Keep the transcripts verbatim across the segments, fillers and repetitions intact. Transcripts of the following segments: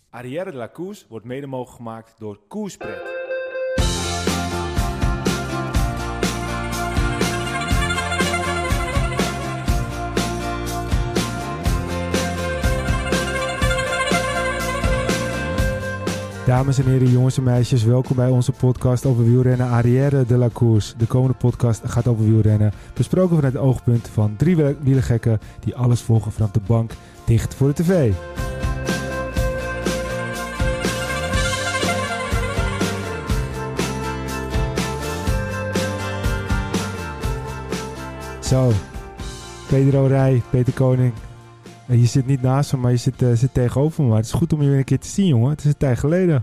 Arrière de la Course wordt mede mogelijk gemaakt door Koerspret. Dames en heren, jongens en meisjes, welkom bij onze podcast over wielrennen Arrière de la Course. De komende podcast gaat over wielrennen, besproken vanuit het oogpunt van drie wielergekken die alles volgen vanaf de bank dicht voor de tv. Zo, Pedro Rij, Peter Koning. Je zit niet naast me, maar je zit, uh, zit tegenover me. Maar het is goed om je weer een keer te zien, jongen. Het is een tijd geleden.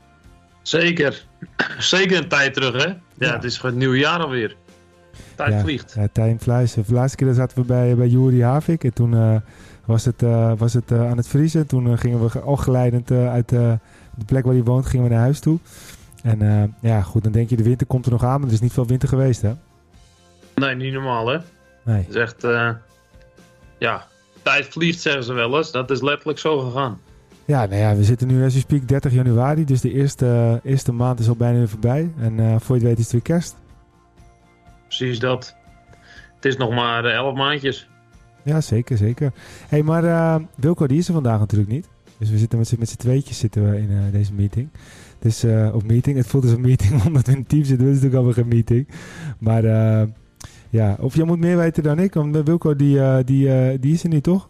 Zeker. Zeker een tijd terug, hè? Ja, ja. Het is het nieuwe jaar alweer. Tijd ja, vliegt. Ja, tijd vliegt. De laatste keer zaten we bij, bij Juri Havik. En toen uh, was het, uh, was het uh, aan het vriezen. Toen uh, gingen we al geleidend uh, uit uh, de plek waar hij woont, gingen we naar huis toe. En uh, ja, goed, dan denk je de winter komt er nog aan. Maar er is niet veel winter geweest, hè? Nee, niet normaal, hè? Nee. Het is echt, uh, ja... Tijd vliegt, zeggen ze wel eens. Dat is letterlijk zo gegaan. Ja, nou ja, we zitten nu, as you speak, dertig januari. Dus de eerste, uh, eerste maand is al bijna weer voorbij. En uh, voor je het weet is het weer kerst. Precies dat. Het is nog maar uh, elf maandjes. Ja, zeker, zeker. Hé, hey, maar uh, Wilco, die is er vandaag natuurlijk niet. Dus we zitten met z'n, met z'n tweetjes zitten we in uh, deze meeting. Dus, uh, of meeting. Het voelt als een meeting, omdat we in een team zitten. Dus het is natuurlijk allemaal geen meeting. Maar... Uh, Ja, of jij moet meer weten dan ik, want Wilco die, uh, die, uh, die is er niet, toch?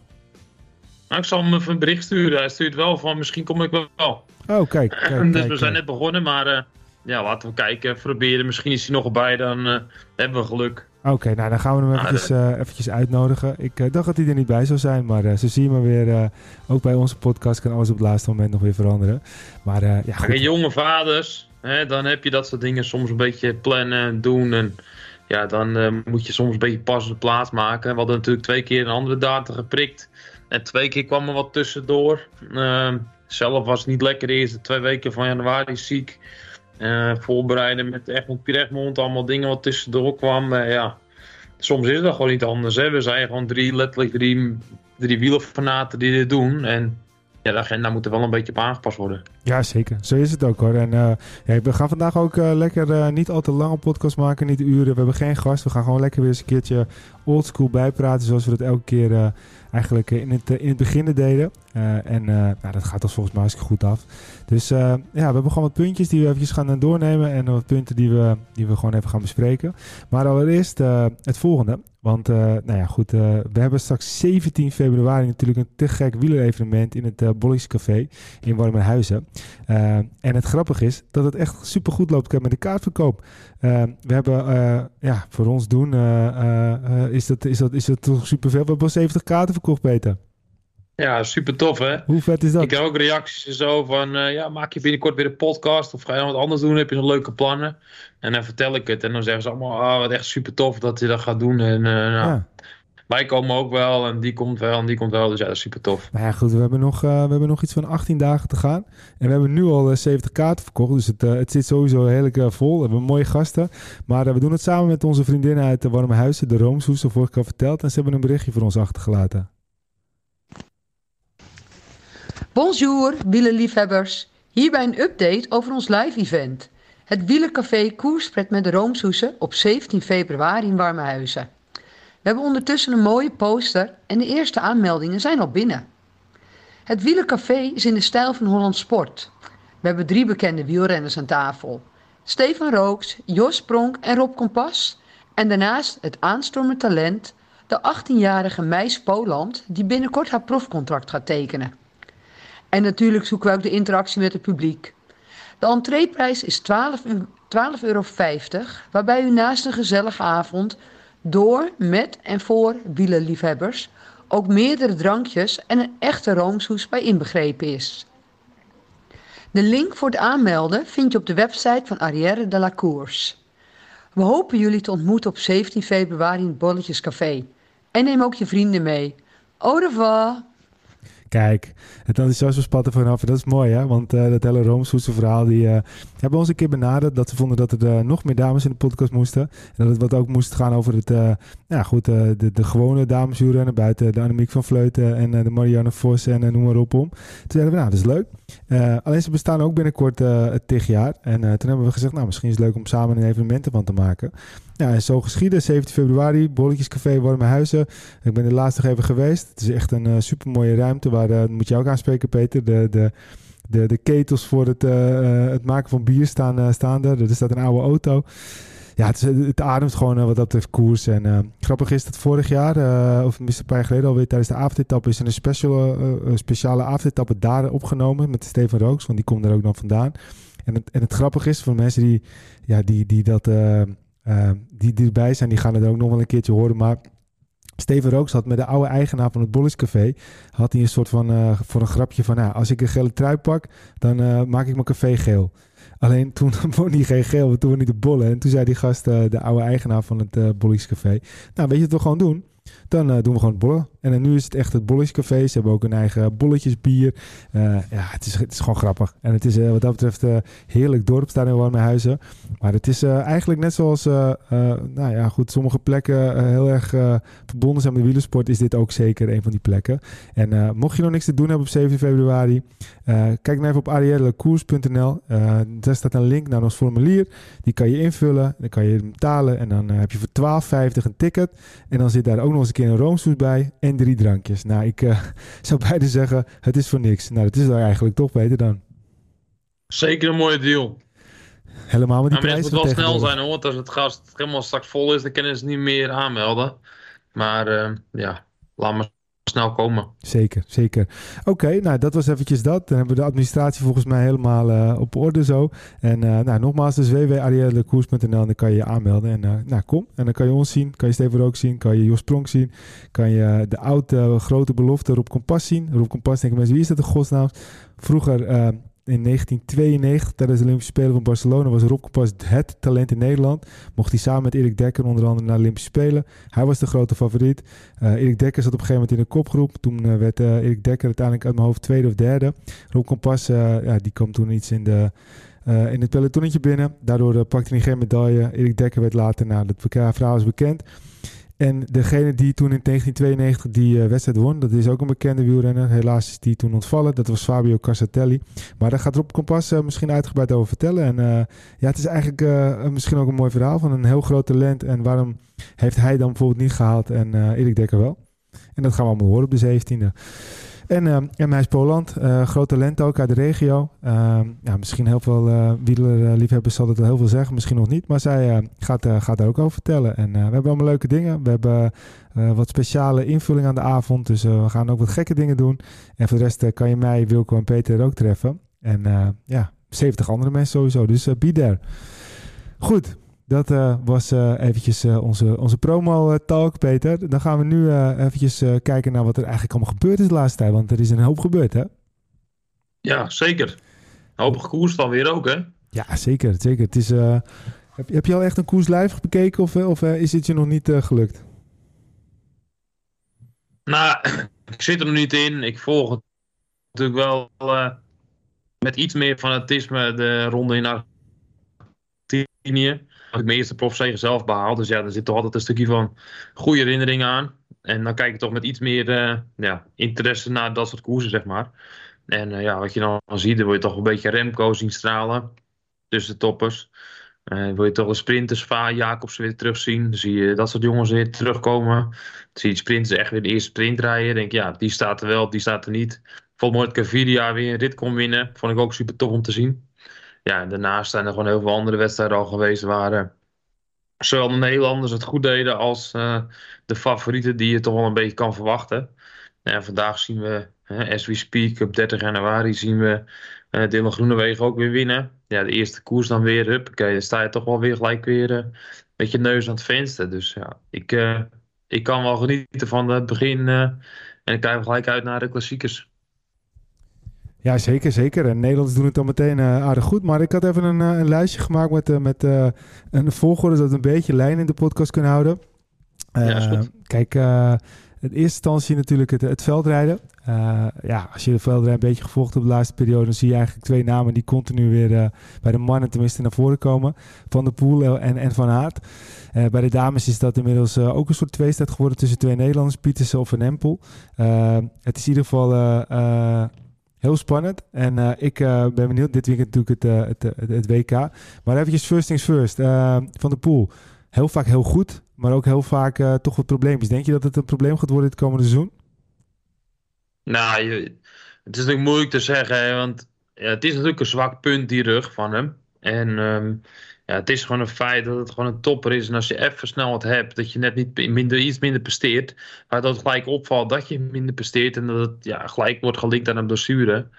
Nou, ik zal hem even een bericht sturen. Hij stuurt wel van, misschien kom ik wel. Oh, kijk. kijk dus kijk, we zijn kijk. net begonnen, maar uh, ja, laten we kijken, proberen. Misschien is hij nog erbij, dan uh, hebben we geluk. Oké, okay, nou dan gaan we hem eventjes, uh, eventjes uitnodigen. Ik uh, dacht dat hij er niet bij zou zijn, maar uh, zo zie je maar weer. Uh, ook bij onze podcast kan alles op het laatste moment nog weer veranderen. Maar uh, ja, goed. Kijk, jonge vaders, hè, dan heb je dat soort dingen soms een beetje plannen, doen en... Ja, dan uh, moet je soms een beetje pas op de plaats maken. We hadden natuurlijk twee keer een andere datum geprikt. En twee keer kwam er wat tussendoor. Uh, zelf was het niet lekker de eerste twee weken van januari ziek. Uh, voorbereiden met Egmond Pieregmond. Allemaal dingen wat tussendoor kwam. Uh, ja. Soms is dat gewoon niet anders. Hè? We zijn gewoon drie, letterlijk drie, drie wielerfanaten die dit doen. En ja, de agenda moet er wel een beetje op aangepast worden. Ja, zeker. Zo is het ook, hoor. En uh, ja, we gaan vandaag ook uh, lekker uh, niet al te lange podcast maken, niet uren. We hebben geen gast. We gaan gewoon lekker weer eens een keertje oldschool bijpraten, zoals we dat elke keer uh, eigenlijk in het, uh, in het begin deden. Uh, en uh, nou, dat gaat ons volgens mij hartstikke goed af. Dus uh, ja, we hebben gewoon wat puntjes die we eventjes gaan doornemen en wat punten die we, die we gewoon even gaan bespreken. Maar allereerst uh, het volgende. Want uh, nou ja, goed, uh, we hebben straks zeventien februari natuurlijk een te gek wielerevenement in het uh, Bollies Café in Warmerhuizen. Uh, en het grappige is dat het echt super goed loopt met de kaartverkoop. Uh, we hebben, uh, ja, voor ons doen, uh, uh, uh, is, dat, is, dat, is dat toch superveel. We hebben al zeventig kaarten verkocht, Peter. Ja, super tof, hè? Hoe vet is dat? Ik krijg ook reacties en zo van, uh, ja, maak je binnenkort weer een podcast of ga je dan wat anders doen? Heb je nog leuke plannen? En dan vertel ik het en dan zeggen ze allemaal, ah, wat echt super tof dat je dat gaat doen. En uh, nou, ja. Wij komen ook wel en die komt wel en die komt wel, dus ja, dat is super tof. Nou ja, goed, we hebben nog, uh, we hebben nog iets van achttien dagen te gaan. En we hebben nu al uh, zeventig kaarten verkocht, dus het, uh, het zit sowieso heerlijk uh, vol. We hebben mooie gasten. Maar uh, we doen het samen met onze vriendinnen uit de Warmerhuizen, de Roomshoes, zoals vorige keer verteld. En ze hebben een berichtje voor ons achtergelaten. Bonjour, wielerliefhebbers. Hierbij een update over ons live-event. Het wielercafé Koerspret met de Roomshoesen op zeventien februari in Warmerhuizen. We hebben ondertussen een mooie poster en de eerste aanmeldingen zijn al binnen. Het wielercafé is in de stijl van Holland Sport. We hebben drie bekende wielrenners aan tafel. Stefan Rooks, Jos Pronk en Rob Kompas. En daarnaast het aanstormend talent, de achttienjarige Meis Poland, die binnenkort haar profcontract gaat tekenen. En natuurlijk zoeken we ook de interactie met het publiek. De entreeprijs is twaalf euro vijftig, waarbij u naast een gezellige avond door, met en voor wielerliefhebbers ook meerdere drankjes en een echte roomsoes bij inbegrepen is. De link voor het aanmelden vind je op de website van Arrière de la Course. We hopen jullie te ontmoeten op zeventien februari in het Bolletjescafé. En neem ook je vrienden mee. Au revoir! Kijk, het enthousiasme spat er vanaf. En dat is mooi, hè? Want uh, dat hele Roomsoetse verhaal, die uh, hebben ons een keer benaderd. Dat ze vonden dat er uh, nog meer dames in de podcast moesten. En dat het wat ook moest gaan over het, uh, ja goed, uh, de, de gewone dameswielrennen. Buiten de Annemiek van Vleuten en uh, de Marianne Vos en uh, noem maar op om. Toen zeiden we, nou, dat is leuk. Uh, alleen ze bestaan ook binnenkort uh, het tig jaar. En uh, toen hebben we gezegd, nou, misschien is het leuk om samen een evenement ervan te maken. Ja, en zo geschieden. zeventien februari, Bolletjescafé Warme Huizen. Ik ben er laatst nog even geweest. Het is echt een uh, super mooie ruimte. Waar, uh, moet je ook aanspreken, Peter. De, de, de, de ketels voor het, uh, het maken van bier staan, uh, staan er. Er staat een oude auto. Ja, het, is, het ademt gewoon uh, wat dat betreft koers. En uh, grappig is dat vorig jaar, uh, of misschien een paar jaar geleden alweer, tijdens de avondetappe is er een special, uh, speciale avondetappe daar opgenomen met Steven Rooks. Want die komt er ook dan vandaan. En het, en het grappige is, voor de mensen die, ja, die, die dat... Uh, Uh, die, die erbij zijn, die gaan het ook nog wel een keertje horen. Maar Steven Rooks had met de oude eigenaar van het Bolletjescafé, had hij een soort van, uh, voor een grapje van, nou, als ik een gele trui pak, dan uh, maak ik mijn café geel. Alleen toen won hij geen geel, want toen won hij de bollen. En toen zei die gast, uh, de oude eigenaar van het uh, Bolletjescafé, nou, weet je wat we gewoon doen? Dan uh, doen we gewoon het bollen. En uh, nu is het echt het Bolletjescafé. Ze hebben ook een eigen bolletjesbier. Uh, ja, het is, het is gewoon grappig. En het is uh, wat dat betreft uh, heerlijk dorp staan in Warme Huizen. Maar het is uh, eigenlijk net zoals uh, uh, nou ja, goed, sommige plekken uh, heel erg uh, verbonden zijn met de wielersport, is dit ook zeker een van die plekken. En uh, mocht je nog niks te doen hebben op zeventien februari, uh, kijk nou even op ariellekoers punt n l. Uh, daar staat een link naar ons formulier. Die kan je invullen. Dan kan je hem betalen. En dan uh, heb je voor twaalf vijftig een ticket. En dan zit daar ook nog eens een keer een roomsoes bij en drie drankjes. Nou, ik uh, zou beide zeggen, het is voor niks. Nou, dat is daar eigenlijk toch, Peter, dan. Zeker een mooie deal. Helemaal met die nou, prijzen. Het moet wel snel zijn, hoor. Als het gast helemaal straks vol is, dan kunnen ze niet meer aanmelden. Maar uh, ja, laat maar snel komen. Zeker, zeker. Oké, okay, nou dat was eventjes dat. Dan hebben we de administratie volgens mij helemaal uh, op orde zo. En uh, nou, nogmaals, dus w w w punt ariellekoers punt n l en dan kan je je aanmelden. En uh, nou, kom. En dan kan je ons zien, kan je Steven Rooks zien, kan je Jos Pronk zien. Kan je de oude uh, grote belofte Rob Kompas zien. Rob Kompas, denken mensen, wie is dat in godsnaam? Vroeger... Uh, in negentien tweeënnegentig, tijdens de Olympische Spelen van Barcelona, was Rob Kompas het talent in Nederland. Mocht hij samen met Erik Dekker onder andere naar de Olympische Spelen. Hij was de grote favoriet. Uh, Erik Dekker zat op een gegeven moment in de kopgroep. Toen uh, werd uh, Erik Dekker uiteindelijk uit mijn hoofd tweede of derde. Rob Kompas, uh, ja, die kwam toen iets in, de, uh, in het pelotonnetje binnen. Daardoor uh, pakte hij geen medaille. Erik Dekker werd later, nou, dat verhaal is bekend. En degene die toen in negentien tweeënnegentig die uh, wedstrijd won, dat is ook een bekende wielrenner. Helaas is die toen ontvallen. Dat was Fabio Casatelli. Maar daar gaat Rob Kompas uh, misschien uitgebreid over vertellen. En uh, ja, het is eigenlijk uh, misschien ook een mooi verhaal van een heel groot talent. En waarom heeft hij dan bijvoorbeeld niet gehaald en uh, Erik Dekker wel? En dat gaan we allemaal horen op de zeventiende. En, uh, en Meijs Poland, uh, groot talent ook uit de regio. Uh, ja, misschien heel veel uh, wielerliefhebbers zal het wel heel veel zeggen, misschien nog niet. Maar zij uh, gaat, uh, gaat daar ook over vertellen. En uh, we hebben allemaal leuke dingen. We hebben uh, wat speciale invulling aan de avond. Dus uh, we gaan ook wat gekke dingen doen. En voor de rest uh, kan je mij, Wilco en Peter ook treffen. En uh, ja, zeventig andere mensen sowieso. Dus uh, be there. Goed. Dat uh, was uh, eventjes uh, onze, onze promo-talk, Peter. Dan gaan we nu uh, eventjes uh, kijken naar wat er eigenlijk allemaal gebeurd is de laatste tijd. Want er is een hoop gebeurd, hè? Ja, zeker. Een hoop gekoerst alweer ook, hè? Ja, zeker. zeker. Het is, uh, heb, heb je al echt een koers live bekeken of, of uh, is het je nog niet uh, gelukt? Nou, ik zit er nog niet in. Ik volg het natuurlijk wel uh, met iets meer fanatisme de ronde in Argentinië. Ik mijn eerste profzege zelf behaald. Dus ja, er zit toch altijd een stukje van goede herinneringen aan. En dan kijk je toch met iets meer uh, ja, interesse naar dat soort koersen, zeg maar. En uh, ja, wat je dan ziet, dan wil je toch een beetje Remco zien stralen tussen de toppers. Uh, wil je toch de sprinters, Vaar, Jacobsen weer terugzien. Dan zie je dat soort jongens weer terugkomen. Dan zie je de sprinters echt weer de eerste sprint rijden. Denk je, ja, die staat er wel, die staat er niet. Vond mooi dat Gaviria weer een rit kon winnen. Vond ik ook super tof om te zien. Ja, daarnaast zijn er gewoon heel veel andere wedstrijden al geweest waar uh, zowel de Nederlanders het goed deden als uh, de favorieten die je toch wel een beetje kan verwachten. En vandaag zien we, uh, as we speak, op dertig januari zien we uh, Dylan Groenewegen ook weer winnen. Ja, de eerste koers dan weer, huppakee, dan sta je toch wel weer gelijk weer uh, met je neus aan het venster. Dus ja, ik, uh, ik kan wel genieten van het begin uh, en ik kijk gelijk uit naar de klassiekers. Ja, zeker, zeker. En Nederlanders doen het dan meteen uh, aardig goed. Maar ik had even een, uh, een lijstje gemaakt met, uh, met uh, een volgorde, zodat we een beetje lijn in de podcast kunnen houden. Uh, Ja, is goed. Kijk, uh, in eerste instantie natuurlijk het, het veldrijden. Uh, ja, als je de veldrijden een beetje gevolgd hebt de laatste periode, dan zie je eigenlijk twee namen die continu weer uh, bij de mannen tenminste naar voren komen. Van der Poel en, en Van Aert. Uh, bij de dames is dat inmiddels uh, ook een soort tweestrijd geworden tussen twee Nederlanders, Pietersen of Van Empel. Uh, het is in ieder geval uh, uh, heel spannend. En uh, ik uh, ben benieuwd, dit weekend natuurlijk het, uh, het, het, het W K. Maar eventjes first things first. Uh, Van der Poel, heel vaak heel goed, maar ook heel vaak uh, toch wat probleempjes. Denk je dat het een probleem gaat worden dit komende seizoen? Nou, je, het is natuurlijk moeilijk te zeggen, hè, want ja, het is natuurlijk een zwak punt, die rug van hem. En um, ja, het is gewoon een feit dat het gewoon een topper is. En als je even snel wat hebt, dat je net niet minder, iets minder presteert, maar dat het gelijk opvalt dat je minder presteert en dat het ja, gelijk wordt gelinkt aan een blessure.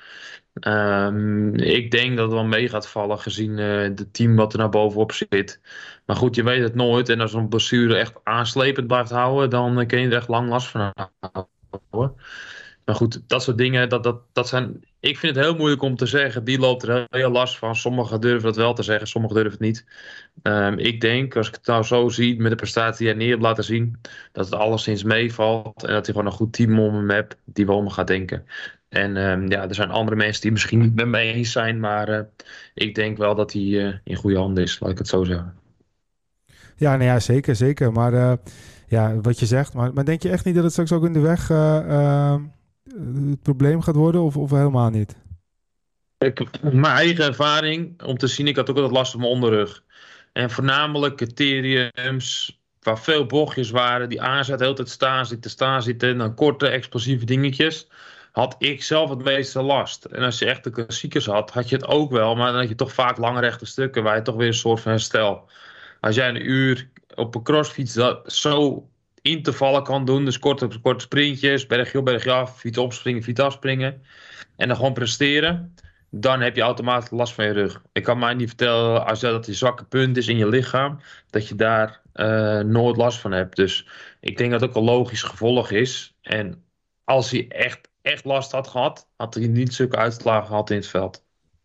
Um, ik denk dat het wel mee gaat vallen gezien uh, het team wat er naar bovenop zit. Maar goed, je weet het nooit. En als een blessure echt aanslepend blijft houden, dan uh, kun je er echt lang last van houden. Maar goed, dat soort dingen, dat, dat, dat zijn... Ik vind het heel moeilijk om te zeggen, die loopt er heel, heel last van. Sommigen durven dat wel te zeggen, sommigen durven het niet. Um, ik denk, als ik het nou zo zie, met de prestatie die hij neer heeft laten zien, dat het alleszins meevalt. En dat hij gewoon een goed team om hem heeft, die wel om hem gaat denken. En um, ja, er zijn andere mensen die misschien niet met me eens zijn, maar uh, ik denk wel dat hij uh, in goede handen is, laat ik het zo zeggen. Ja, nou ja, zeker, zeker. Maar uh, ja, wat je zegt, maar, maar denk je echt niet dat het straks ook in de weg uh, uh, het probleem gaat worden of, of helemaal niet? Ik, mijn eigen ervaring, om te zien, ik had ook altijd last van mijn onderrug. En voornamelijk criteriums waar veel bochtjes waren, die aanzet, de hele tijd staan zitten, staan zitten, en dan korte, explosieve dingetjes, had ik zelf het meeste last. En als je echt de klassiekers had, had je het ook wel, maar dan had je toch vaak lange rechte stukken waar je toch weer een soort van herstel. Als jij een uur op een crossfiets dat zo in te vallen kan doen, dus korte, korte sprintjes, bergje op, bergje af, fiets opspringen, fiets afspringen, en dan gewoon presteren, dan heb je automatisch last van je rug. Ik kan mij niet vertellen, als dat je zwakke punt is in je lichaam, dat je daar uh, nooit last van hebt. Dus ik denk dat het ook een logisch gevolg is. En als hij echt, echt last had gehad, had hij niet zulke uitslagen gehad in het veld.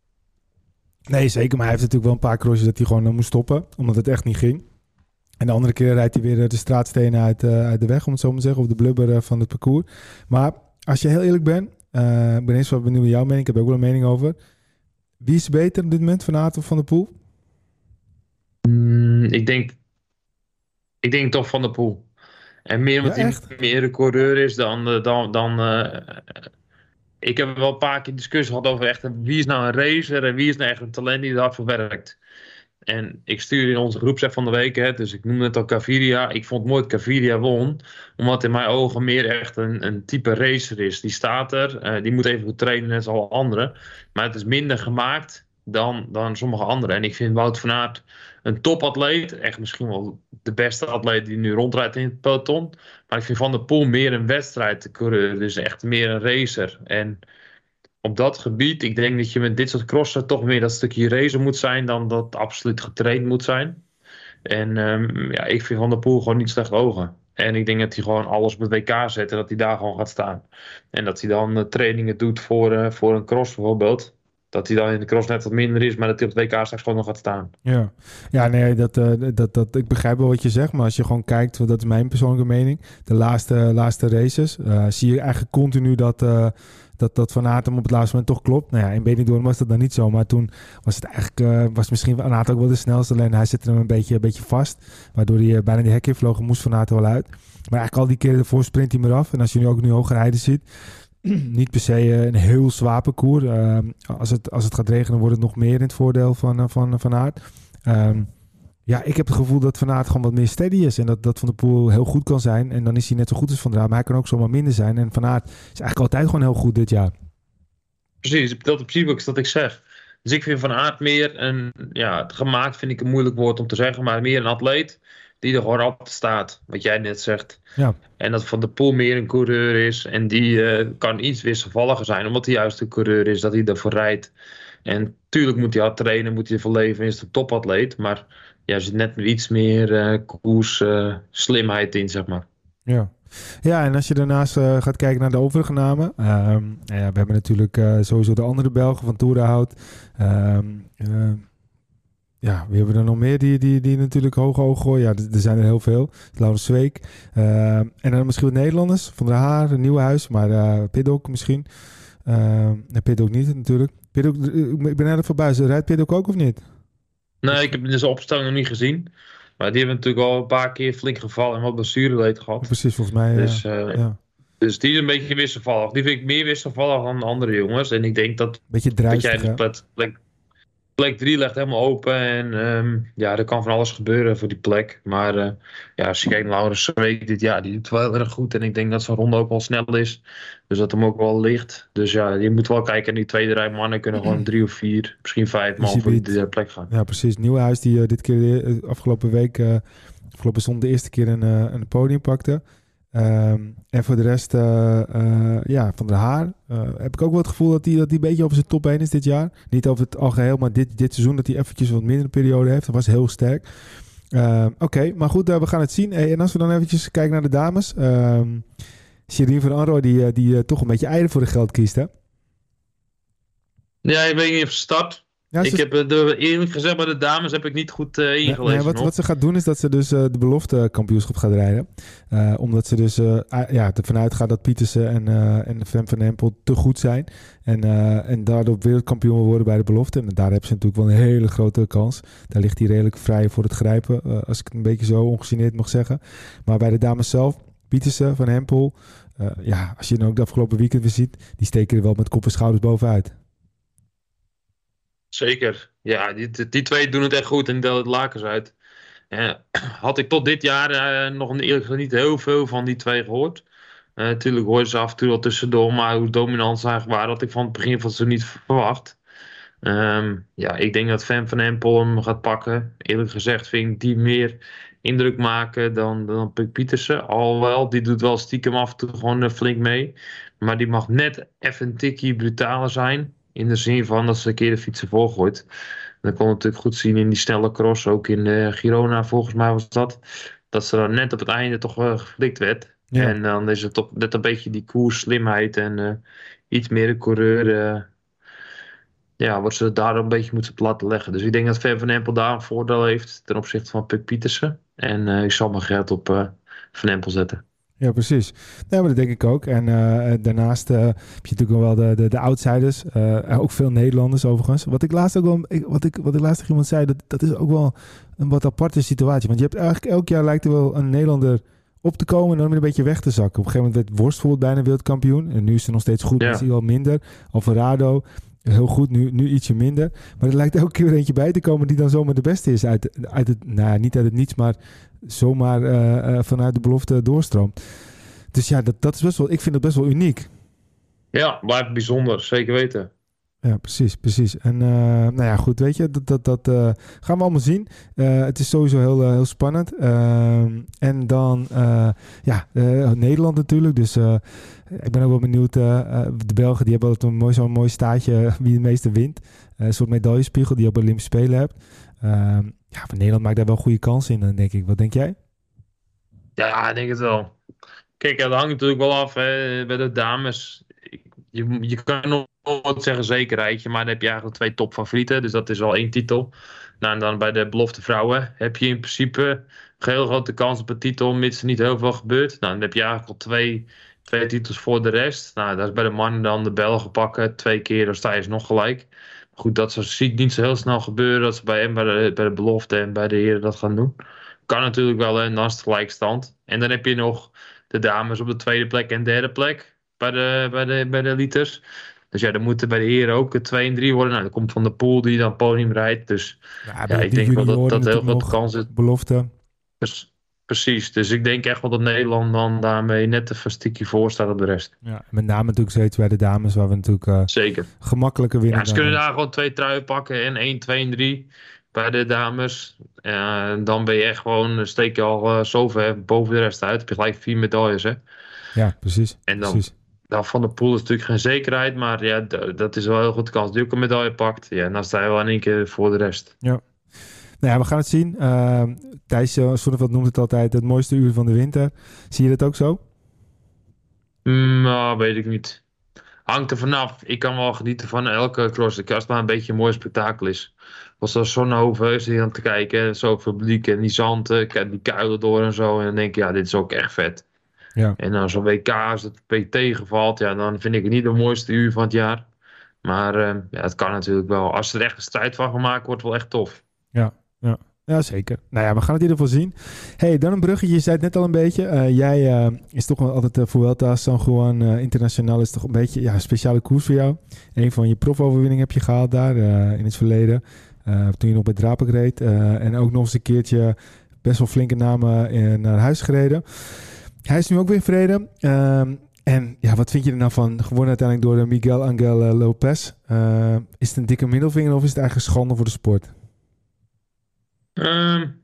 Nee, zeker. Maar hij heeft natuurlijk wel een paar crossjes dat hij gewoon uh, moest stoppen, omdat het echt niet ging. En de andere keer rijdt hij weer de straatstenen uit, uh, uit de weg, om het zo maar te zeggen, of de blubber uh, van het parcours. Maar als je heel eerlijk bent, uh, ik ben eens wel benieuwd naar jouw mening, ik heb er ook wel een mening over. Wie is beter op dit moment, Van Aert of Van der Poel? Mm, ik denk, ik denk toch Van der Poel. En meer omdat ja, hij meer een coureur is dan... dan, dan uh, ik heb wel een paar keer discussie gehad over echt wie is nou een racer en wie is nou echt een talent die er hard voor werkt. En ik stuur in onze groepsapp van de week, hè, dus ik noemde het al Gaviria. Ik vond het mooi dat Gaviria won, omdat in mijn ogen meer echt een, een type racer is. Die staat er, uh, die moet even goed trainen net als alle anderen. Maar het is minder gemaakt dan, dan sommige anderen. En ik vind Wout van Aert een topatleet. Echt misschien wel de beste atleet die nu rondrijdt in het peloton. Maar ik vind Van der Poel meer een wedstrijdcoureur. Dus echt meer een racer. En op dat gebied, ik denk dat je met dit soort crossen toch meer dat stukje racer moet zijn dan dat het absoluut getraind moet zijn. En um, ja, ik vind Van der Poel gewoon niet slecht ogen. En ik denk dat hij gewoon alles op het W K zet en dat hij daar gewoon gaat staan. En dat hij dan uh, trainingen doet voor, uh, voor een cross bijvoorbeeld. Dat hij dan in de cross net wat minder is, maar dat hij op het W K straks gewoon nog gaat staan. Ja, ja nee, dat, uh, dat, dat, ik begrijp wel wat je zegt. Maar als je gewoon kijkt, dat is mijn persoonlijke mening. De laatste, laatste races uh, zie je eigenlijk continu dat... Uh, Dat, dat Van Aert hem op het laatste moment toch klopt. Nou ja, in Benidorm was dat dan niet zo. Maar toen was het eigenlijk... Uh, was misschien Van Aert ook wel de snelste. Alleen hij zette hem een beetje, een beetje vast. Waardoor hij uh, bijna die hek in vloog en moest Van Aert er wel uit. Maar eigenlijk al die keren ervoor sprint hij maar af. En als je nu ook nu hoger rijden ziet... niet per se uh, een heel zwaar parcours. Uh, als, het, als het gaat regenen wordt het nog meer in het voordeel van, uh, van uh, Van Aert. Um, Ja, ik heb het gevoel dat Van Aert gewoon wat meer steady is. En dat, dat Van der Poel heel goed kan zijn. En dan is hij net zo goed als Van der Aert. Maar hij kan ook zomaar minder zijn. En Van Aert is eigenlijk altijd gewoon heel goed dit jaar. Precies, dat is precies wat ik zeg. Dus ik vind Van Aert meer een... Ja, gemaakt vind ik een moeilijk woord om te zeggen. Maar meer een atleet die er gewoon op staat. Wat jij net zegt. Ja. En dat Van der Poel meer een coureur is. En die uh, kan iets wisselvalliger zijn. Omdat hij juist een coureur is. Dat hij ervoor rijdt. En tuurlijk moet hij hard trainen. Moet hij ervoor leven. Is een topatleet. Maar... ja, er zit net iets meer uh, koers, uh, slimheid in, zeg maar. Ja, ja en als je daarnaast uh, gaat kijken naar de overige namen. Um, ja, we hebben natuurlijk uh, sowieso de andere Belgen van Toerenhout. Um, uh, ja, wie hebben we er nog meer die, die, die natuurlijk hoog hoog gooien? Ja, er zijn er heel veel. Laurens Zweek. Uh, en dan misschien wat Nederlanders. Van der Haar, Nieuwenhuis, maar uh, Piddock misschien. Uh, nee, Piddock niet natuurlijk. Piddock, ik ben er voorbij. Rijdt Piddock ook of niet? Nee, ik heb deze opstelling nog niet gezien. Maar die hebben natuurlijk al een paar keer flink gevallen en wat blessureleed gehad. Ja, precies, volgens mij. Dus, uh, uh, ja. dus die is een beetje wisselvallig. Die vind ik meer wisselvallig dan de andere jongens. En ik denk dat, beetje dat druistig, jij de plek, plek, plek drie legt helemaal open. En um, ja, er kan van alles gebeuren voor die plek. Maar uh, ja, als je kijkt naar Laurens Zweek dit jaar, die doet wel heel erg goed. En ik denk dat zijn ronde ook wel snel is. Dus dat hem ook wel ligt. Dus ja, je moet wel kijken. En die tweede rij mannen kunnen gewoon drie of vier, misschien vijf man voor die derde plek gaan. Ja, precies. Nieuwenhuis die uh, dit keer uh, afgelopen week, uh, afgelopen zondag de eerste keer een, uh, een podium pakte. Um, en voor de rest, uh, uh, ja, Van der Haar. Uh, heb ik ook wel het gevoel dat hij dat die een beetje over zijn top heen is dit jaar. Niet over het algeheel, maar dit, dit seizoen dat hij eventjes wat minder periode heeft. Dat was heel sterk. Uh, Oké, okay, maar goed, uh, we gaan het zien. Hey, en als we dan eventjes kijken naar de dames. Um, Shirin van Anrooy, die, die uh, toch een beetje eieren voor de geld kiest, hè? Ja, ik weet niet of ze start. Ja, ik heb de, eerlijk gezegd bij de dames heb ik niet goed uh, ingelezen. Nee, nee, wat, wat ze gaat doen is dat ze dus uh, de belofte kampioenschap gaat rijden. Uh, omdat ze dus uh, ja, ervan uitgaat dat Pietersen en, uh, en Fem van Empel te goed zijn. En, uh, en daardoor wereldkampioen worden bij de belofte. En daar hebben ze natuurlijk wel een hele grote kans. Daar ligt hij redelijk vrij voor het grijpen. Uh, als ik het een beetje zo ongegeneerd mag zeggen. Maar bij de dames zelf, Pietersen, Van Empel. Uh, ja, als je dan ook de afgelopen weekend weer ziet. Die steken er wel met kop en schouders bovenuit. Zeker. Ja, die, die twee doen het echt goed en delen het lakens uit. Ja, had ik tot dit jaar uh, nog eerlijk gezegd niet heel veel van die twee gehoord. Uh, natuurlijk hoorden ze af en toe wel tussendoor, maar hoe dominant ze eigenlijk waren, had ik van het begin van ze niet verwacht. Um, ja, ik denk dat Fem van Empel hem gaat pakken. Eerlijk gezegd vind ik die meer indruk maken dan, dan Puk Pietersen. Alhoewel, die doet wel stiekem af en toe gewoon uh, flink mee. Maar die mag net even een tikkie brutaler zijn. In de zin van dat ze een keer de fietsen volgooit. Dat kon je natuurlijk goed zien in die snelle cross. Ook in uh, Girona volgens mij was dat. Dat ze dan net op het einde toch uh, geflikt werd. Ja. En dan is het toch net een beetje die koersslimheid. En uh, iets meer de coureur. Uh, ja, wordt ze daar een beetje moeten laten leggen. Dus ik denk dat Fem van Empel daar een voordeel heeft. Ten opzichte van Puk Pietersen. En uh, ik zal mijn geld op uh, Van Empel zetten. Ja, precies. Nee, maar dat denk ik ook. En uh, daarnaast uh, heb je natuurlijk wel de, de, de outsiders. Uh, ook veel Nederlanders overigens. Wat ik laatst ook wel, wat ik, wat ik laatst tegen iemand zei, dat, dat is ook wel een wat aparte situatie. Want je hebt eigenlijk elk jaar lijkt er wel een Nederlander op te komen en dan weer een beetje weg te zakken. Op een gegeven moment werd Worst bijvoorbeeld bijna wereldkampioen. En nu is het nog steeds goed, ja. Maar is hij wel minder. Alvarado, heel goed, nu, nu ietsje minder. Maar er lijkt elke keer weer eentje bij te komen die dan zomaar de beste is. Uit, uit het, nou, niet uit het niets, maar zomaar uh, uh, vanuit de belofte doorstroomt. Dus ja, dat, dat is best wel, ik vind dat best wel uniek. Ja, blijft bijzonder, zeker weten. Ja, precies, precies. En uh, nou ja, goed, weet je, dat, dat, dat uh, gaan we allemaal zien. Uh, het is sowieso heel, uh, heel spannend. Uh, en dan, uh, ja, uh, Nederland natuurlijk. Dus uh, ik ben ook wel benieuwd. Uh, uh, de Belgen, die hebben altijd een mooi, zo'n mooi staartje wie het meeste wint. Uh, een soort medaillespiegel die je op de Olympische Spelen hebt. Uh, ja, van Nederland maakt daar wel goede kans in, dan denk ik. Wat denk jij? Ja, ik denk het wel. Kijk, dat hangt natuurlijk wel af hè, bij de dames. Je, je kan nog wat zeggen zekerheidje, maar dan heb je eigenlijk twee topfavorieten. Dus dat is al één titel. Nou, en dan bij de belofte vrouwen heb je in principe een heel grote kans op een titel, mits er niet heel veel gebeurt. Nou, dan heb je eigenlijk al twee, twee titels voor de rest. Nou, dat is bij de mannen dan de Belgen pakken. Twee keer, dan sta je ze nog gelijk. Goed, dat zie ik niet zo heel snel gebeuren. Dat ze bij hem, bij de, bij de belofte en bij de heren dat gaan doen. Kan natuurlijk wel, en dan is het gelijkstand. En dan heb je nog de dames op de tweede plek en derde plek bij de, bij de, bij de liters. Dus ja, dan moeten bij de heren ook twee en drie worden. Nou, dan komt Van der Poel die dan podium rijdt. Dus ja, ja ik denk wel dat dat heel veel kans is. Belofte. Dus, precies. Dus ik denk echt wel dat Nederland dan daarmee net een stukje voor staat op de rest. Ja, met name natuurlijk steeds bij de dames, waar we natuurlijk uh, zeker gemakkelijker winnen. Ja, ze kunnen daar gewoon twee truien pakken en één, twee en drie bij de dames. Uh, dan ben je echt gewoon, steek je al uh, zo ver boven de rest uit. Heb je gelijk vier medailles, hè? Ja, precies. En dan, precies. dan Van der Poel is natuurlijk geen zekerheid, maar ja, d- dat is wel heel goed kans. Die ook een medaille pakt, ja, dan sta je wel in één keer voor de rest. Ja. Nou ja, we gaan het zien. Uh, Thijs Sonneveld noemt het altijd het mooiste uur van de winter. Zie je dat ook zo? Mm, nou, weet ik niet. hangt er vanaf. Ik kan wel genieten van elke cross. Als het maar een beetje een mooi spektakel is. Als er Zonhoven is die aan te kijken. Zoveel publiek en die zand, eh, die kuilen door en zo. En dan denk ik, ja, dit is ook echt vet. Ja. En dan zo'n W K, als het een beetje tegenvalt, ja, dan vind ik het niet de mooiste uur van het jaar. Maar uh, ja, het kan natuurlijk wel. Als er echt een strijd van gemaakt wordt, wel echt tof. Ja, ja. Ja, zeker. Nou ja, we gaan het in ieder geval zien. Hey, dan een bruggetje. Je zei het net al een beetje. Uh, jij uh, is toch wel altijd uh, Vuelta San Juan uh, Internationaal is toch een beetje ja, een speciale koers voor jou. Een van je profoverwinningen heb je gehaald daar uh, in het verleden. Uh, toen je nog bij Drapek reed. Uh, en ook nog eens een keertje best wel flinke namen uh, naar huis gereden. Hij is nu ook weer vrede. Uh, en ja, wat vind je er nou van? Gewonnen uiteindelijk door uh, Miguel Angel uh, Lopez. Uh, is het een dikke middelvinger of is het eigenlijk schande voor de sport? Um,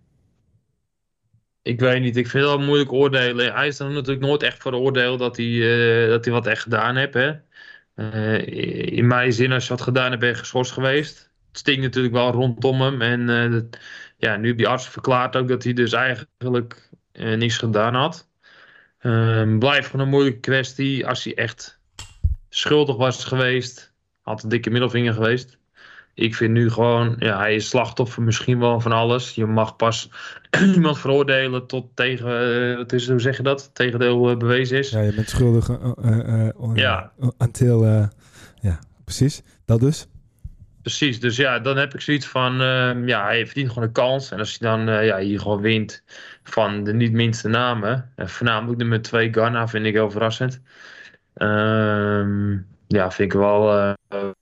ik weet niet. Ik vind het wel moeilijk oordelen. Hij is dan natuurlijk nooit echt veroordeeld dat hij, uh, dat hij wat echt gedaan heeft. Hè? Uh, in mijn zin, als je wat gedaan hebt, ben je geschorst geweest. Het stinkt natuurlijk wel rondom hem. En uh, dat, ja, nu heeft die arts verklaard ook dat hij dus eigenlijk uh, niets gedaan had. Um, blijft gewoon een moeilijke kwestie. Als hij echt schuldig was geweest, had een dikke middelvinger geweest. Ik vind nu gewoon, ja, hij is slachtoffer misschien wel van alles. Je mag pas iemand veroordelen tot tegen, uh, wat is, hoe zeg je dat? Tegendeel uh, bewezen is. Ja, je bent schuldig uh, uh, uh, ja. Uh, until, uh, ja, precies. Dat dus. Precies, dus ja, dan heb ik zoiets van, uh, ja, hij verdient gewoon een kans. En als hij dan uh, ja, hier gewoon wint van de niet minste namen. En voornamelijk nummer twee Ghana vind ik heel verrassend. Uh, ja, vind ik wel, uh,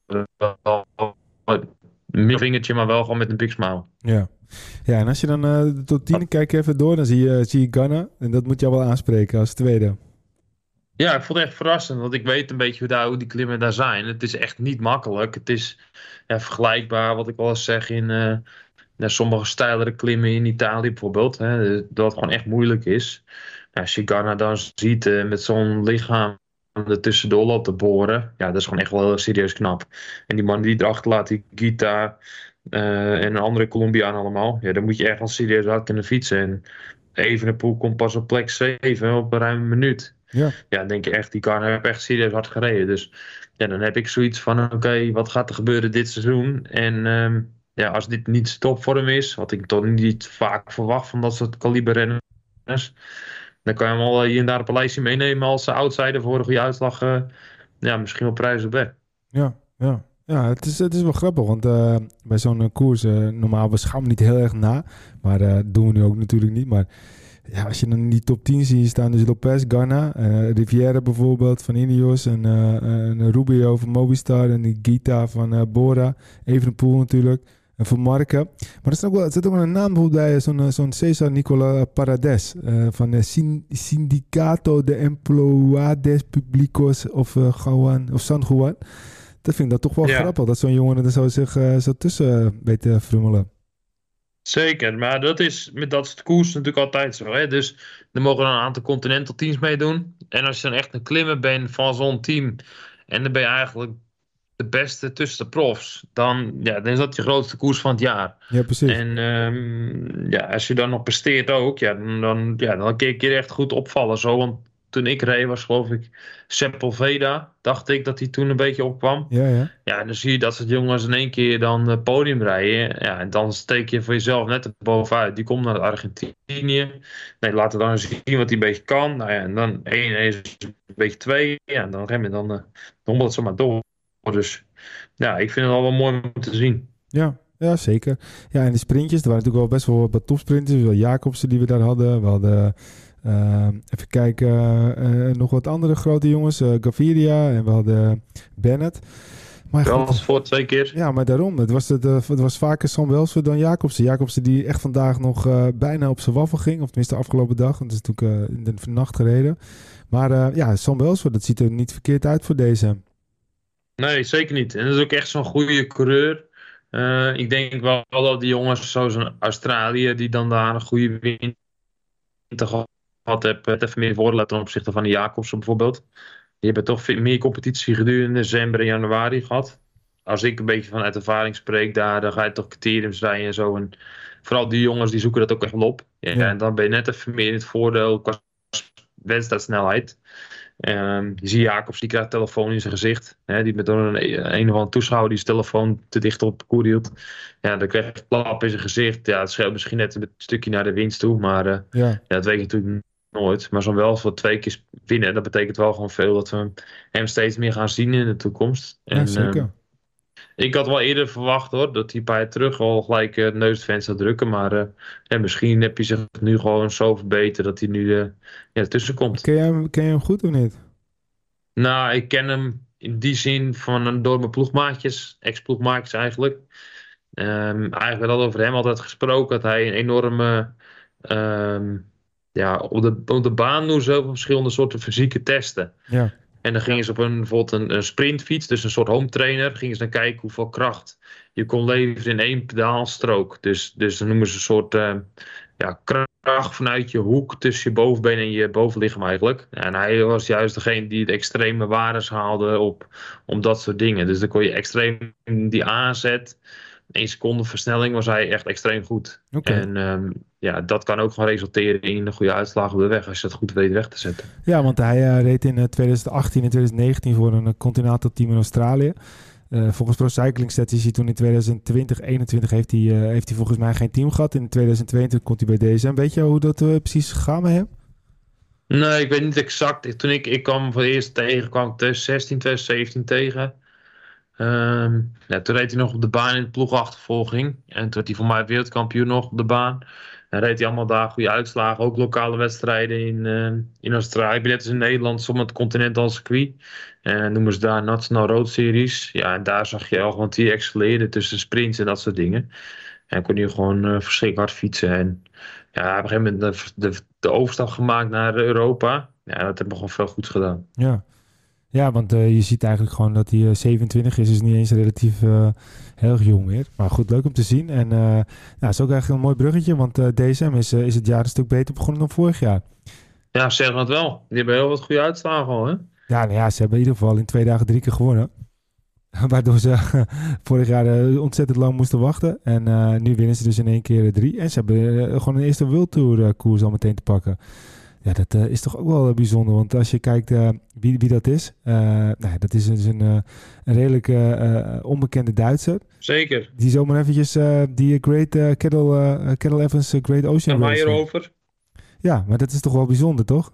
wel een middelvingertje, maar wel gewoon met een big smile. Ja, ja en als je dan uh, de top tien kijkt even door, dan zie je, zie je Ghana. En dat moet jou wel aanspreken als tweede. Ja, ik vond het echt verrassend, want ik weet een beetje hoe, daar, hoe die klimmen daar zijn. Het is echt niet makkelijk. Het is ja, vergelijkbaar, wat ik wel eens zeg, in uh, sommige steilere klimmen in Italië bijvoorbeeld. Hè, dat het gewoon echt moeilijk is. Nou, als je Ghana dan ziet uh, met zo'n lichaam er tussendoor op te boren. Ja, dat is gewoon echt wel heel serieus knap. En die man die erachter laat, die Gita uh, en een andere Colombiaan allemaal. Ja, dan moet je echt wel serieus hard kunnen fietsen. En Evenepoel komt pas op plek zeven op een ruime minuut. Ja, ja, dan denk je echt, die kan heb echt serieus hard gereden. Dus ja, dan heb ik zoiets van, oké, okay, wat gaat er gebeuren dit seizoen? En um, ja, als dit niet topvorm is, wat ik toch niet vaak verwacht van dat soort kaliberrenners, dan kan je hem al hier en daar op een lijstje meenemen als outsider voor een goede uitslag. Uh, ja, misschien wel prijs op weg. Ja, ja. Ja, het is, het is wel grappig, want uh, bij zo'n uh, koers, uh, normaal we schamen niet heel erg na, maar dat uh, doen we nu ook natuurlijk niet, maar ja, als je dan in die top tien ziet staan, dus Lopez, Ghana, uh, Riviera bijvoorbeeld van Ineos en uh, uh, Rubio van Movistar en die Gita van uh, Bora, Evenepoel natuurlijk en Van Marken. Maar er staat ook wel, er staat ook wel een naam bijvoorbeeld bij, zo'n, zo'n Cesar Nicola Parades uh, van uh, Sindicato de Emploades Publicos of, uh, Juan, of San Juan. Dat vind ik dat toch wel ja. grappig, dat zo'n jongen er zo zich uh, zo tussen uh, weet te frummelen. Zeker, maar dat is met dat soort koers natuurlijk altijd zo. Hè? Dus er mogen dan een aantal continental teams meedoen. En als je dan echt een klimmer bent van zo'n team en dan ben je eigenlijk de beste tussen de profs, dan, ja, dan is dat je grootste koers van het jaar. Ja, precies. En um, ja, als je dan nog presteert ook, ja, dan, dan, ja, dan kun je een keer echt goed opvallen. Zo, want toen ik reed was geloof ik Sepulveda, dacht ik dat hij toen een beetje opkwam. Ja, ja. Ja, en dan zie je dat soort jongens in één keer dan het podium rijden. Ja, en dan steek je voor jezelf net er bovenuit. Die komt naar Argentinië. Nee, laat er dan zien wat hij een beetje kan. Nou ja, en dan één is een beetje twee. Ja, en dan rem je dan, uh, dan het zo maar door. Dus ja, ik vind het al wel mooi om te zien. Ja, ja, zeker. Ja, en de sprintjes, er waren natuurlijk wel best wel wat topsprinters. Wel Jacobsen die we daar hadden. We hadden... Uh, even kijken, uh, uh, nog wat andere grote jongens. Uh, Gaviria en we hadden Bennett. Maar wel als voor twee keer. Ja, maar daarom. Het was, het, uh, het was vaker Sam Welsford dan Jacobsen. Jacobsen die echt vandaag nog uh, bijna op zijn waffel ging. Of tenminste de afgelopen dag. Want het is natuurlijk uh, in de nacht gereden. Maar uh, ja, Sam Welsford, dat ziet er niet verkeerd uit voor deze. Nee, zeker niet. En dat is ook echt zo'n goede coureur. Uh, ik denk wel dat die jongens zoals een Australië, die dan daar een goede winter gehad had, heb het even meer voordeel ten opzichte van de Jacobsen bijvoorbeeld. Die hebben toch meer competitie gedurende december en januari gehad. Als ik een beetje vanuit ervaring spreek, daar, dan ga je toch criteriums rijden en zo. En vooral die jongens die zoeken dat ook echt wel op. Ja, ja. En dan ben je net even meer in het voordeel qua wedstrijdsnelheid. Um, je ziet Jacobs, die krijgt telefoon in zijn gezicht. Hè, die met door een, een of andere toeschouwer die zijn telefoon te dicht op de koer hield. Ja, dan krijg je een klap in zijn gezicht. Ja, het scheelt misschien net een stukje naar de winst toe. Maar uh, ja. ja, dat weet je natuurlijk nooit. Maar zo'n wel voor twee keer winnen, dat betekent wel gewoon veel dat we hem steeds meer gaan zien in de toekomst. En, ja, zeker. Um, ik had wel eerder verwacht hoor, dat hij bij terug al gelijk uh, neus het vent zou drukken. Maar uh, ja, misschien heb je zich nu gewoon zo verbeterd dat hij nu uh, ja, ertussen komt. Ken je, hem, ken je hem goed of niet? Nou, ik ken hem in die zin van door mijn ploegmaatjes, ex-ploegmaatjes eigenlijk. Um, eigenlijk werd al over hem altijd gesproken dat hij een enorme... Um, ja, op de, op de baan doen ze verschillende soorten fysieke testen. Ja. En dan gingen ze op een, bijvoorbeeld een, een sprintfiets, dus een soort home trainer, gingen ze dan kijken hoeveel kracht je kon leveren in één pedaalstrook. Dus, dus dan noemen ze een soort uh, ja, kracht vanuit je hoek tussen je bovenbeen en je bovenlichaam eigenlijk. En hij was juist degene die de extreme waardes haalde op, om dat soort dingen. Dus dan kon je extreem die aanzet, één seconde versnelling, was hij echt extreem goed. Okay. En um, ja, dat kan ook gewoon resulteren in een goede uitslag op de weg, als je dat goed weet weg te zetten. Ja, want hij uh, reed in uh, twintig achttien en twintig negentien voor een uh, Continental team in Australië. Uh, volgens Pro Cycling Stats is hij toen in twintig twintig eenentwintig heeft hij, uh, heeft hij volgens mij geen team gehad. In twintig tweeëntwintig komt hij bij D S M. Weet je hoe dat uh, precies gegaan met hem? Nee, ik weet niet exact. Toen ik, ik kwam voor het eerst tegen, kwam ik twintig zestien, twintig zeventien tegen. Um, ja, toen reed hij nog op de baan in de ploegachtervolging. En toen werd hij voor mij wereldkampioen nog op de baan. En reed hij allemaal daar goede uitslagen. Ook lokale wedstrijden in, uh, in Australië. Net als in Nederland, soms het Continental circuit. En noemen ze daar National Road Series. Ja, en daar zag je al, want die exceleerde tussen sprints en dat soort dingen. En kon hij gewoon uh, verschrikkelijk hard fietsen. En ja, op een gegeven moment de, de, de overstap gemaakt naar Europa. Ja, dat hebben we gewoon veel goed gedaan. Ja. Ja, want uh, je ziet eigenlijk gewoon dat hij uh, zevenentwintig is, dus niet eens relatief uh, heel erg jong meer. Maar goed, leuk om te zien. En uh, nou, het is ook eigenlijk een mooi bruggetje, want uh, D S M is, uh, is het jaar een stuk beter begonnen dan vorig jaar. Ja, zeg het wel. Die hebben heel wat goede uitslagen al, hè? Ja, nou ja, ze hebben in ieder geval in twee dagen drie keer gewonnen. Waardoor ze uh, vorig jaar uh, ontzettend lang moesten wachten. En uh, nu winnen ze dus in één keer uh, drie. En ze hebben uh, gewoon een eerste World Tour uh, koers al meteen te pakken. Ja, dat uh, is toch ook wel uh, bijzonder. Want als je kijkt uh, wie, wie dat is. Uh, nou, dat is dus een, uh, een redelijk uh, uh, onbekende Duitser. Zeker. Die zomaar eventjes uh, die Great uh, Kettle, uh, Kettle Evans uh, Great Ocean Race. Over. Ja, maar dat is toch wel bijzonder, toch?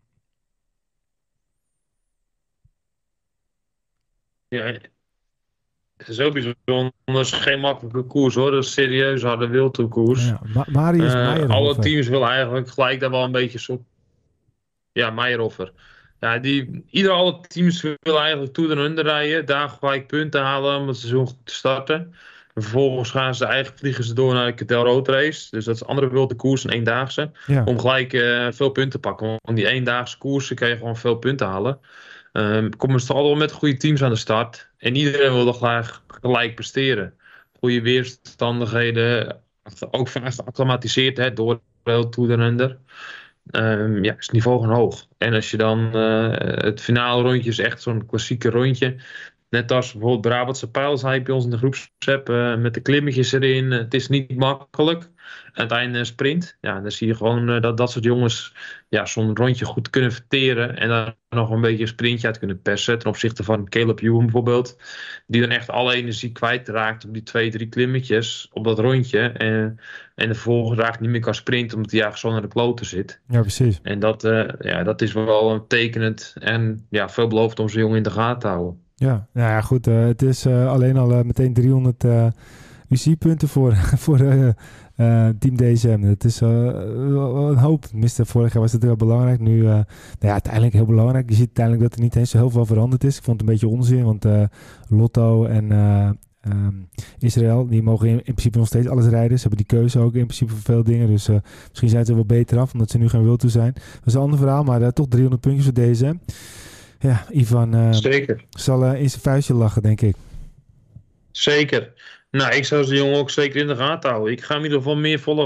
Ja, het is ook bijzonder. Dat is geen makkelijke koers hoor. Dat is serieus harde wildtoerkoers. Ja, Ma- Marius uh, Meijerhofer. Alle teams willen eigenlijk gelijk daar wel een beetje zo. Ja, Meijerhofer. Ja, die, ieder alle teams willen eigenlijk toe en under rijden. Daar gelijk punten halen om het seizoen goed te starten. En vervolgens gaan ze eigenlijk vliegen ze door naar de Cadel Road Race. Dus dat is een andere wilde koers, een eendaagse. Ja. Om gelijk uh, veel punten te pakken. Want die eendaagse koersen kan je gewoon veel punten halen. Um, komen ze altijd wel met goede teams aan de start. En iedereen wil er graag gelijk presteren. Goede weerstandigheden. Ook vaak geacclimatiseerd hè, door heel toe en under. Um, ja, is het niveau gewoon hoog. En als je dan uh, het finale rondje is echt zo'n klassieke rondje. Net als bijvoorbeeld Brabantse Pijl, zei ik bij ons in de groepsapp, uh, met de klimmetjes erin. Uh, het is niet makkelijk. Uiteindelijk sprint. Ja, dan zie je gewoon uh, dat dat soort jongens ja, zo'n rondje goed kunnen verteren. En dan nog een beetje een sprintje uit kunnen persen. Ten opzichte van Caleb Ewan bijvoorbeeld. Die dan echt alle energie kwijtraakt op die twee, drie klimmetjes op dat rondje. En, en vervolgens raakt niet meer kan sprinten omdat hij eigenlijk zo naar de kloten zit. Ja, precies. En dat, uh, ja, dat is wel tekenend en ja, veelbelovend om zo'n jongen in de gaten te houden. Ja, nou ja, goed. Uh, het is uh, alleen al uh, meteen driehonderd uh, U C I-punten voor, voor uh, uh, Team D S M. Dat is uh, een hoop. Tenminste, vorig jaar was het heel belangrijk. Nu, uh, nou ja, uiteindelijk heel belangrijk. Je ziet uiteindelijk dat er niet eens zo heel veel veranderd is. Ik vond het een beetje onzin, want uh, Lotto en uh, um, Israël, die mogen in, in principe nog steeds alles rijden. Ze hebben die keuze ook in principe voor veel dingen. Dus uh, misschien zijn ze er wel beter af, omdat ze nu geen World Tour zijn. Dat is een ander verhaal, maar uh, toch driehonderd puntjes voor D S M. Ja, Ivan uh, Zeker. zal uh, in zijn vuistje lachen, denk ik. Zeker. Nou, ik zou de jongen ook zeker in de gaten houden. Ik ga hem in ieder geval meer volgen.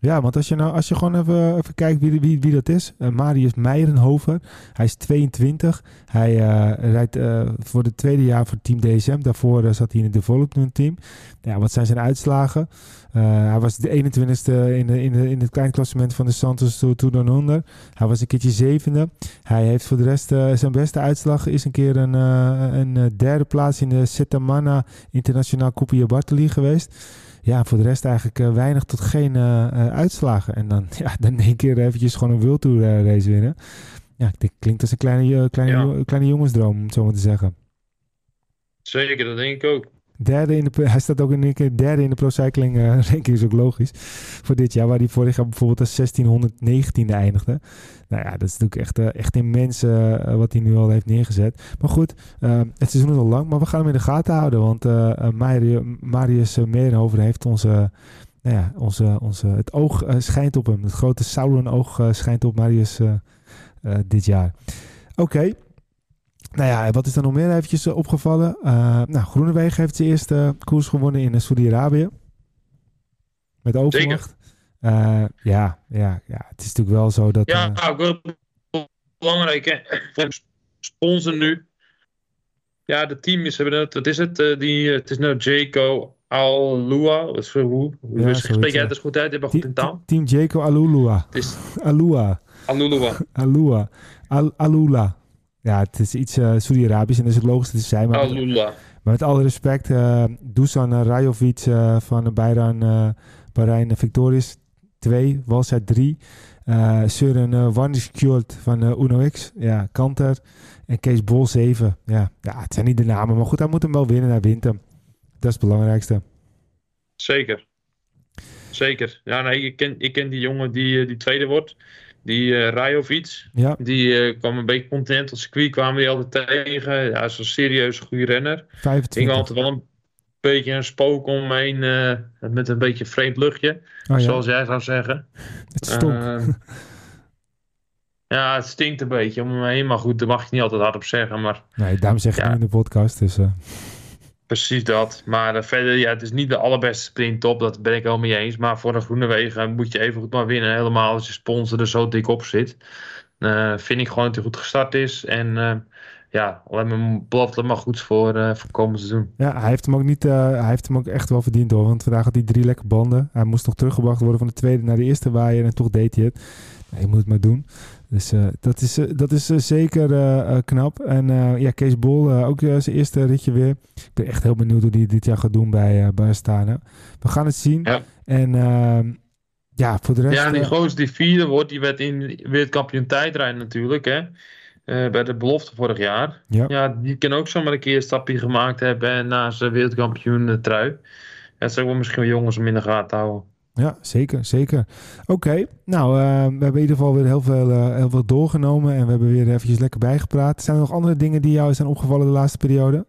Ja, want als je nou als je gewoon even, even kijkt wie, wie, wie dat is. Uh, Marius Meirenhoven. Hij is tweeëntwintig. Hij uh, rijdt uh, voor het tweede jaar voor Team D S M. Daarvoor uh, zat hij in het development team. Ja, wat zijn zijn uitslagen? Uh, hij was de eenentwintigste in, de, in, de, in het kleinklassement van de Santos Tour Down Under. Hij was een keertje zevende. Hij heeft voor de rest uh, zijn beste uitslag is een keer een, uh, een derde plaats in de Settamana Internationaal Copia Bartoli geweest. Ja, voor de rest eigenlijk uh, weinig tot geen uh, uh, uitslagen. En dan, ja, dan in één keer eventjes gewoon een World Tour uh, race winnen. Ja, dit klinkt als een kleine, uh, kleine, ja. kleine jongensdroom, om het zo maar te zeggen. Zeker, dat denk ik ook. Derde in de, hij staat ook in één keer derde in de Pro Cycling uh, ranking, is ook logisch. Voor dit jaar, waar hij vorig jaar bijvoorbeeld als zestienhonderdnegentiende eindigde. Nou ja, dat is natuurlijk echt, uh, echt immens uh, wat hij nu al heeft neergezet. Maar goed, uh, het seizoen is al lang, maar we gaan hem in de gaten houden. Want uh, Marius, Marius Meirenhoven heeft onze, uh, nou ja, onze, onze, het oog uh, schijnt op hem. Het grote Sauron-oog uh, schijnt op Marius uh, uh, dit jaar. Oké. Okay. Nou ja, wat is er nog meer eventjes uh, opgevallen? Uh, nou, Groenewegen heeft zijn eerste uh, koers gewonnen in uh, Saudi-Arabië. Met overmacht. Uh, ja, ja, ja, het is natuurlijk wel zo dat... Ja, uh, nou, wel belangrijk, hè. Sponsor nu. Ja, de team is, hebben het, wat is het? Uh, die, uh, het is nou Jayco Alua. Hoe, hoe ja, spreek jij het dus goed uit? Je bent goed in taal. Team Jayco Alulua. Het is... Alua. Alulua. Alua. Al Alula. Ja, het is iets uh, Saudi-Arabisch en dat is het logisch te zijn. Maar, Alula. maar met alle respect, uh, Dusan Rajovic uh, van Bahrein, uh, Bahrein Victorious twee, Walsheid drie. Uh, Søren uh, Warniskjold van uh, Uno X, ja, Kanter. En Kees Bol zeven. Ja, ja, het zijn niet de namen, maar goed, hij moet hem wel winnen. Hij wint hem. Dat is het belangrijkste. Zeker. Zeker. Ja, nee, ik ken, ik ken die jongen die, die tweede wordt. Die uh, Rajovic. Ja. Die uh, kwam een beetje Continental Circuit, kwamen die altijd tegen. Ja, hij is een serieus goede renner. vijfentwintig. Ging altijd wel een beetje een spook om me heen. Uh, met een beetje vreemd luchtje. Oh, ja. Zoals jij zou zeggen. Het stonk. Uh, ja, het stinkt een beetje om me heen. Maar goed, daar mag je niet altijd hardop zeggen. Maar, nee, daarom zeg ik ja. niet in de podcast. Dus, uh... Precies dat. Maar uh, verder, ja, het is niet de allerbeste sprinttop. Dat ben ik wel mee eens. Maar voor een Groenewegen moet je even goed maar winnen. Helemaal als je sponsor er zo dik op zit. Uh, vind ik gewoon dat hij goed gestart is. En uh, ja, alleen maar belooft er maar goeds voor, uh, voor komend seizoen. Ja, hij heeft hem ook niet. Uh, hij heeft hem ook echt wel verdiend hoor. Want vandaag had hij drie lekke banden. Hij moest nog teruggebracht worden van de tweede naar de eerste waaier. En toch deed hij het. Nou, je moet het maar doen. Dus uh, dat is, uh, dat is uh, zeker uh, uh, knap. En uh, ja, Kees Bol, uh, ook uh, zijn eerste ritje weer. Ik ben echt heel benieuwd hoe hij dit jaar gaat doen bij, uh, bij Astana. We gaan het zien. Ja. En uh, ja, voor de rest... Ja, die uh, gozer die vierde wordt, die werd in wereldkampioen tijdrijden natuurlijk, hè. Uh, bij de belofte vorig jaar. Ja. ja, die kan ook zomaar een keer een stapje gemaakt hebben en na zijn wereldkampioen uh, trui. Ja, dat zijn ook wel misschien wel jongens om in de gaten te houden. Ja, zeker, zeker. Oké, okay. nou, uh, we hebben in ieder geval weer heel veel, uh, heel veel doorgenomen en we hebben weer eventjes lekker bijgepraat. Zijn er nog andere dingen die jou zijn opgevallen de laatste periode?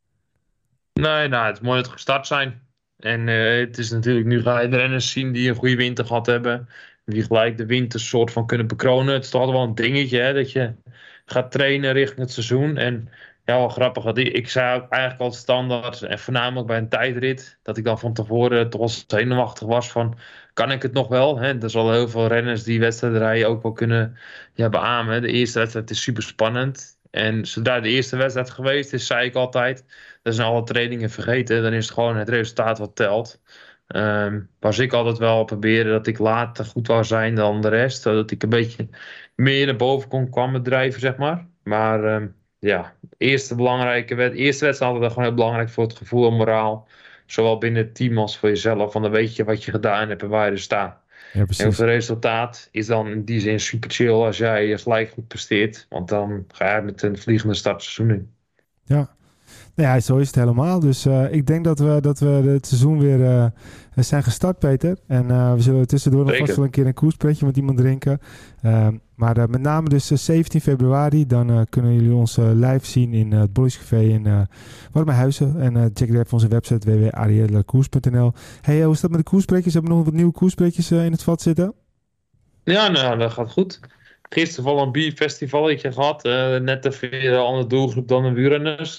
Nee, nou, het is mooi dat we gestart zijn. En uh, het is natuurlijk, nu ga je de renners zien die een goede winter gehad hebben. Die gelijk de winter soort van kunnen bekronen. Het is toch altijd wel een dingetje, hè, dat je gaat trainen richting het seizoen. En ja, wel grappig. Dat ik, ik zei ook eigenlijk al standaard, en voornamelijk bij een tijdrit, dat ik dan van tevoren toch wel zenuwachtig was van, kan ik het nog wel? Hè? Er zal heel veel renners die wedstrijden rijden ook wel kunnen ja, beamen. De eerste wedstrijd is super spannend. En zodra de eerste wedstrijd geweest is, zei ik altijd, dat zijn alle trainingen vergeten. Dan is het gewoon het resultaat wat telt. Um, was ik altijd wel proberen dat ik later goed wou zijn dan de rest. Zodat ik een beetje meer naar boven kon kwam drijven, zeg maar. Maar um, ja, eerste belangrijke wed- eerste wedstrijd altijd gewoon heel belangrijk voor het gevoel en moraal. Zowel binnen het team als voor jezelf. Want dan weet je wat je gedaan hebt en waar je er staat. Ja, precies. En het resultaat is dan in die zin super chill als jij gelijk goed presteert. Want dan ga je met een vliegende start seizoen in. Ja. Nou ja, zo is het helemaal. Dus uh, ik denk dat we, dat we het seizoen weer uh, zijn gestart, Peter. En uh, we zullen tussendoor nog vast wel een keer een koerspretje met iemand drinken. Uh, maar uh, met name dus uh, zeventien februari. Dan uh, kunnen jullie ons uh, live zien in uh, het Bolliescafé in uh, Warmhuizen. En uh, check er even onze website w w w punt arielle koers punt n l. Hey, uh, hoe is dat met de koerspretjes? Hebben we nog wat nieuwe koerspretjes uh, in het vat zitten? Ja, nou, dat gaat goed. Gisteren wel een bierfestivalletje gehad. Uh, net even een andere doelgroep dan de wielrenners.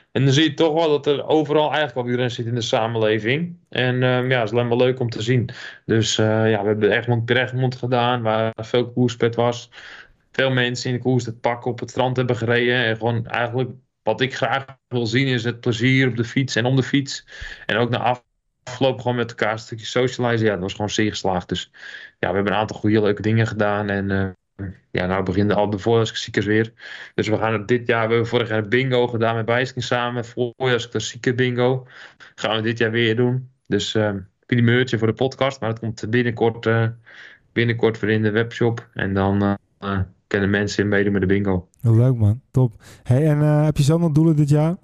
En dan zie je toch wel dat er overal eigenlijk wel wielrenners zitten in de samenleving. En um, ja, het is alleen maar leuk om te zien. Dus uh, ja, we hebben Egmond-Peregmond gedaan, waar veel koerspret was. Veel mensen in de koers het pak op het strand hebben gereden. En gewoon eigenlijk, wat ik graag wil zien, is het plezier op de fiets en om de fiets. En ook na afloop gewoon met elkaar een stukje socializen. Ja, dat was gewoon zeer geslaagd. Dus ja, we hebben een aantal goede leuke dingen gedaan. En uh, ja, nou beginnen al de voorjaarsklassiekers weer. Dus we gaan het dit jaar, we hebben vorig jaar bingo gedaan met Bijsking samen. Voorjaarsklassieker bingo gaan we dit jaar weer doen. Dus uh, die meurtje voor de podcast. Maar dat komt binnenkort, uh, binnenkort weer in de webshop. En dan uh, uh, kunnen mensen in meedoen met de bingo. Heel leuk man, top. Hey, en uh, heb je zelf nog doelen dit jaar?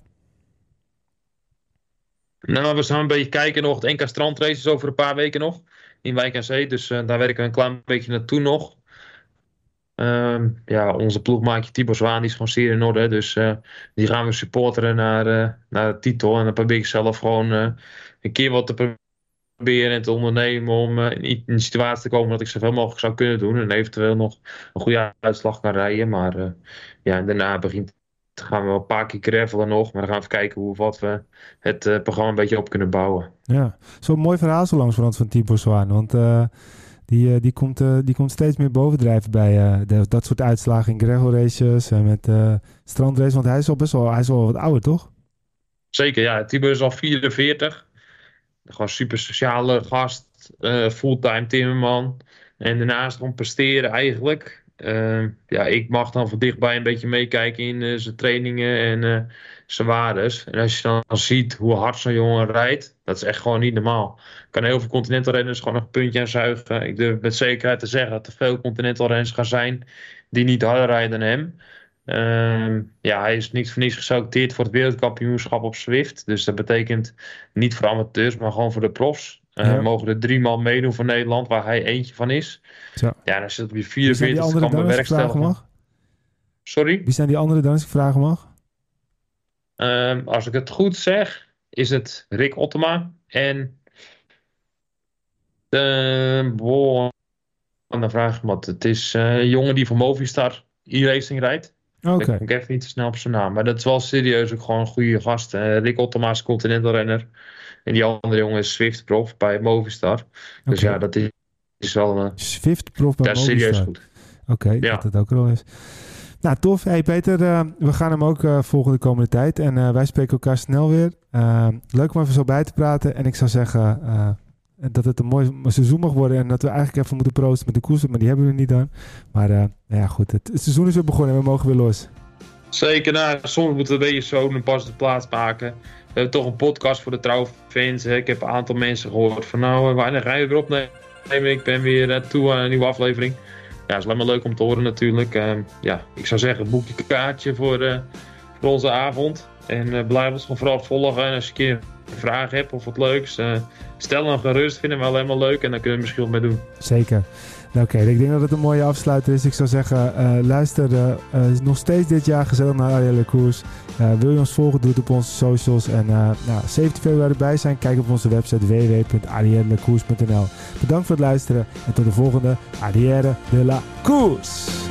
Nou, we gaan een beetje kijken nog. Het N K strandraces over een paar weken nog. In Wijk aan Zee. Dus uh, daar werken we een klein beetje naartoe nog. Um, ja, onze ploegmaatje Tibor Zwaan die is gewoon zeer in orde. Dus uh, die gaan we supporteren naar, uh, naar de titel. En dan probeer ik zelf gewoon uh, een keer wat te proberen en te ondernemen om uh, in een situatie te komen dat ik zoveel mogelijk zou kunnen doen. En eventueel nog een goede uitslag kan rijden. Maar uh, ja, en daarna begint, gaan we wel een paar keer gravelen nog. Maar dan gaan we even kijken hoe wat we het uh, programma een beetje op kunnen bouwen. Ja, zo'n mooi verhaal zo langs van Tibor Zwaan. Want uh, die, uh, die, komt, uh, die komt steeds meer bovendrijven bij uh, de, dat soort uitslagen in gravel races en met uh, strandraces. Want hij is al best wel, hij is al wat ouder, toch? Zeker, ja. Tibor is al vierenveertig. Gewoon super sociale gast. Uh, fulltime timmerman. En daarnaast gewoon presteren eigenlijk. Uh, ja, ik mag dan van dichtbij een beetje meekijken in uh, zijn trainingen en uh, zijn waardes. En als je dan ziet hoe hard zo'n jongen rijdt, dat is echt gewoon niet normaal. Ik kan heel veel Continental renners gewoon een puntje aan zuigen. Ik durf met zekerheid te zeggen dat er veel Continental renners gaan zijn die niet harder rijden dan hem. Uh, ja, hij is niet voor niets geselecteerd voor het wereldkampioenschap op Zwift. Dus dat betekent niet voor amateurs, maar gewoon voor de profs. Uh, ja. Mogen er drie man meedoen voor Nederland, waar hij eentje van is. Zo. Ja, en als je dat op je vierenveertig kan bewerkstelligen. Sorry? Wie zijn die andere dan, als ik vragen mag? Uh, als ik het goed zeg, is het Rick Ottema en de, boah, dan vraag ik me wat. Het is uh, een jongen die voor Movistar e-racing rijdt. Oké. Okay. Ik kom even niet te snel op zijn naam. Maar dat is wel serieus ook gewoon een goede gast. Uh, Rick Ottema is Continental renner. En die andere jongen is Zwift prof bij Movistar. Dus okay. ja, dat is, is wel... Uh, Zwift prof bij ja, Movistar. serieus goed. Oké, okay, ja. Dat het ook er al is. Nou, tof. Hey Peter, uh, we gaan hem ook uh, volgen de komende tijd. En uh, wij spreken elkaar snel weer. Uh, leuk om even zo bij te praten. En ik zou zeggen uh, dat het een mooi seizoen mag worden. En dat we eigenlijk even moeten proosten met de koers. Maar die hebben we niet dan. Maar uh, ja, goed. Het, het seizoen is weer begonnen en we mogen weer los. Zeker. Nou, soms moeten we een beetje zo een pas de plaats maken. We hebben toch een podcast voor de trouwfans. Ik heb een aantal mensen gehoord van nou, wanneer ga je weer opnemen? Ik ben weer uh, toe aan een nieuwe aflevering. Ja, het is alleen maar leuk om te horen natuurlijk. Uh, ja, ik zou zeggen, boek je kaartje voor, uh, voor onze avond. En uh, blijf ons gewoon vooral volgen. En als je een keer een vraag hebt of wat leuks, uh, stel dan gerust. Vinden we alleen maar leuk en dan kunnen we misschien wat mee doen. Zeker. Nou, Oké, okay. Ik denk dat het een mooie afsluiter is. Ik zou zeggen, uh, luister uh, uh, nog steeds dit jaar gezellig naar Arielle Koers. Uh, wil je ons volgen, doe het op onze socials. En uh, nou, zeventien februari erbij zijn, kijk op onze website w w w punt arielle koers punt n l. Bedankt voor het luisteren en tot de volgende Arrière de la Koers.